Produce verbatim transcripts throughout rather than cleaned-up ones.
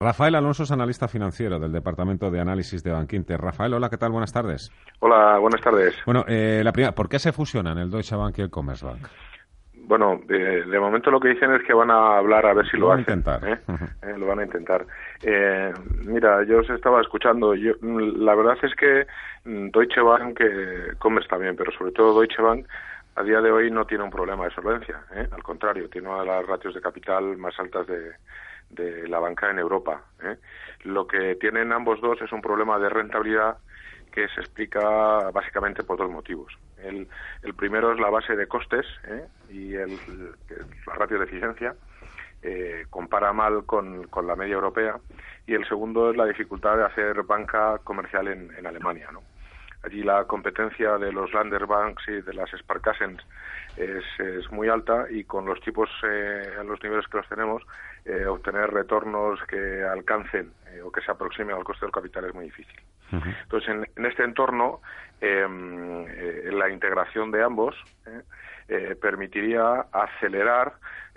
Rafael Alonso es analista financiero del Departamento de Análisis de Bankinter. Rafael, hola, ¿qué tal? Buenas tardes. Hola, buenas tardes. Bueno, eh, la primera, ¿por qué se fusionan el Deutsche Bank y el Commerzbank? Bueno, de, de momento lo que dicen es que van a hablar a ver si lo, lo van hacen. A intentar. ¿eh? Eh, lo van a intentar. Eh, mira, yo os estaba escuchando. Yo, la verdad es que Deutsche Bank, eh, Commerz también, pero sobre todo Deutsche Bank, a día de hoy no tiene un problema de solvencia. ¿eh? Al contrario, tiene una de las ratios de capital más altas de, de la banca en Europa. ¿eh? Lo que tienen ambos dos es un problema de rentabilidad que se explica básicamente por dos motivos. El, el primero es la base de costes ¿eh? y el, el, la ratio de eficiencia, eh, compara mal con, con la media europea, y el segundo es la dificultad de hacer banca comercial en, en Alemania, ¿no? Allí la competencia de los Landesbanks y de las Sparkassen es, es muy alta, y con los tipos eh, a los niveles que los tenemos, eh, obtener retornos que alcancen eh, o que se aproximen al coste del capital es muy difícil. Uh-huh. Entonces, en, en este entorno, eh, eh, la integración de ambos eh, eh, permitiría acelerar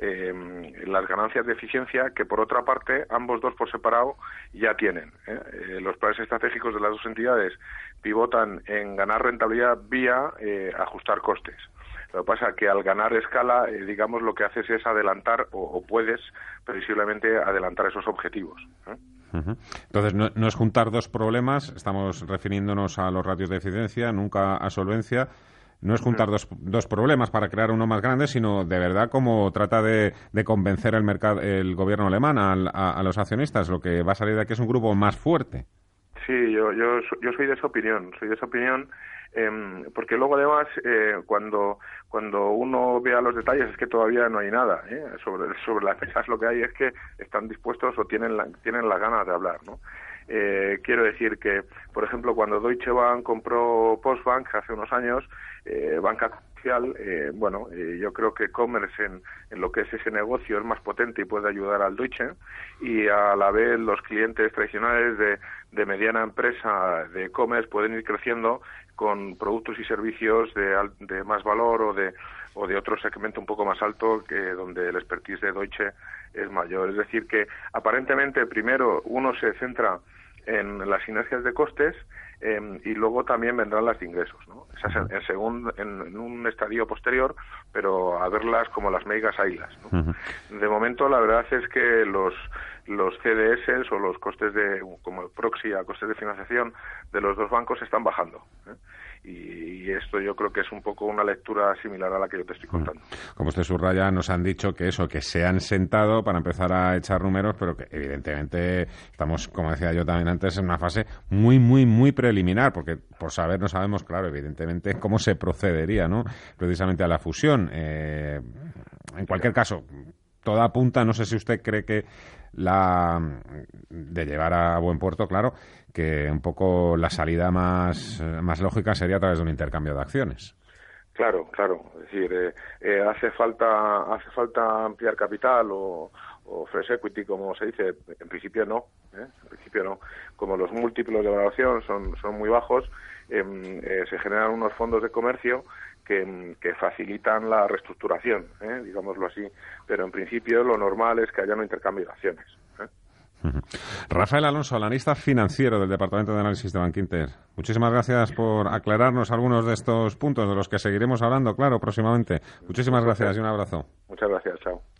eh, las ganancias de eficiencia que, por otra parte, ambos dos por separado ya tienen. ¿eh? Eh, los planes estratégicos de las dos entidades pivotan en ganar rentabilidad vía eh, ajustar costes. Lo que pasa es que al ganar escala, eh, digamos, lo que haces es adelantar, o, o puedes previsiblemente adelantar esos objetivos. ¿eh? Uh-huh. Entonces, no, no es juntar dos problemas, estamos refiriéndonos a los ratios de eficiencia, nunca a solvencia. No es juntar uh-huh. dos, dos problemas para crear uno más grande, sino de verdad como trata de, de convencer el mercado, el gobierno alemán a, a, a los accionistas. Lo que va a salir de aquí es un grupo más fuerte. Sí, yo, yo, yo soy de esa opinión, soy de esa opinión, eh, porque luego además eh, cuando cuando uno vea los detalles es que todavía no hay nada ¿eh? sobre sobre las mesas. Lo que hay es que están dispuestos o tienen la, tienen las ganas de hablar, ¿no? Eh, quiero decir que, por ejemplo, cuando Deutsche Bank compró Postbank hace unos años, eh, banca comercial, eh, bueno, eh, yo creo que Commerz en, en lo que es ese negocio es más potente y puede ayudar al Deutsche, y a la vez los clientes tradicionales de, de mediana empresa de Commerz pueden ir creciendo con productos y servicios de, de más valor o de o de otro segmento un poco más alto, que donde el expertise de Deutsche es mayor. Es decir, que aparentemente primero uno se centra en las sinergias de costes eh, y luego también vendrán las de ingresos, ¿no? Esas en, en, segundo, en, en un estadio posterior, pero a verlas como las megas ailas, ¿no? Uh-huh. De momento, la verdad es que los los C D S o los costes de, como el proxy a costes de financiación de los dos bancos están bajando, ¿eh? Y esto yo creo que es un poco una lectura similar a la que yo te estoy contando. Como usted subraya, nos han dicho que eso, que se han sentado para empezar a echar números, pero que evidentemente estamos, como decía yo también antes, en una fase muy, muy, muy preliminar, porque por saber no sabemos, claro, evidentemente, cómo se procedería, ¿no? Precisamente a la fusión. Eh, en cualquier caso, todo apunta, no sé si usted cree que la de llevar a buen puerto, claro, que un poco la salida más, más lógica sería a través de un intercambio de acciones. Claro, claro. Es decir, eh, eh, hace falta hace falta ampliar capital o, o fresh equity, como se dice. En principio no, ¿eh? En principio no. Como los múltiplos de valoración son son muy bajos, eh, eh, se generan unos fondos de comercio que, que facilitan la reestructuración, ¿eh? digámoslo así. Pero en principio lo normal es que haya un intercambio de acciones, ¿eh? Rafael Alonso, analista financiero del Departamento de Análisis de Bankinter. Muchísimas gracias por aclararnos algunos de estos puntos de los que seguiremos hablando, claro, próximamente. Muchísimas gracias y un abrazo. Muchas gracias, chao.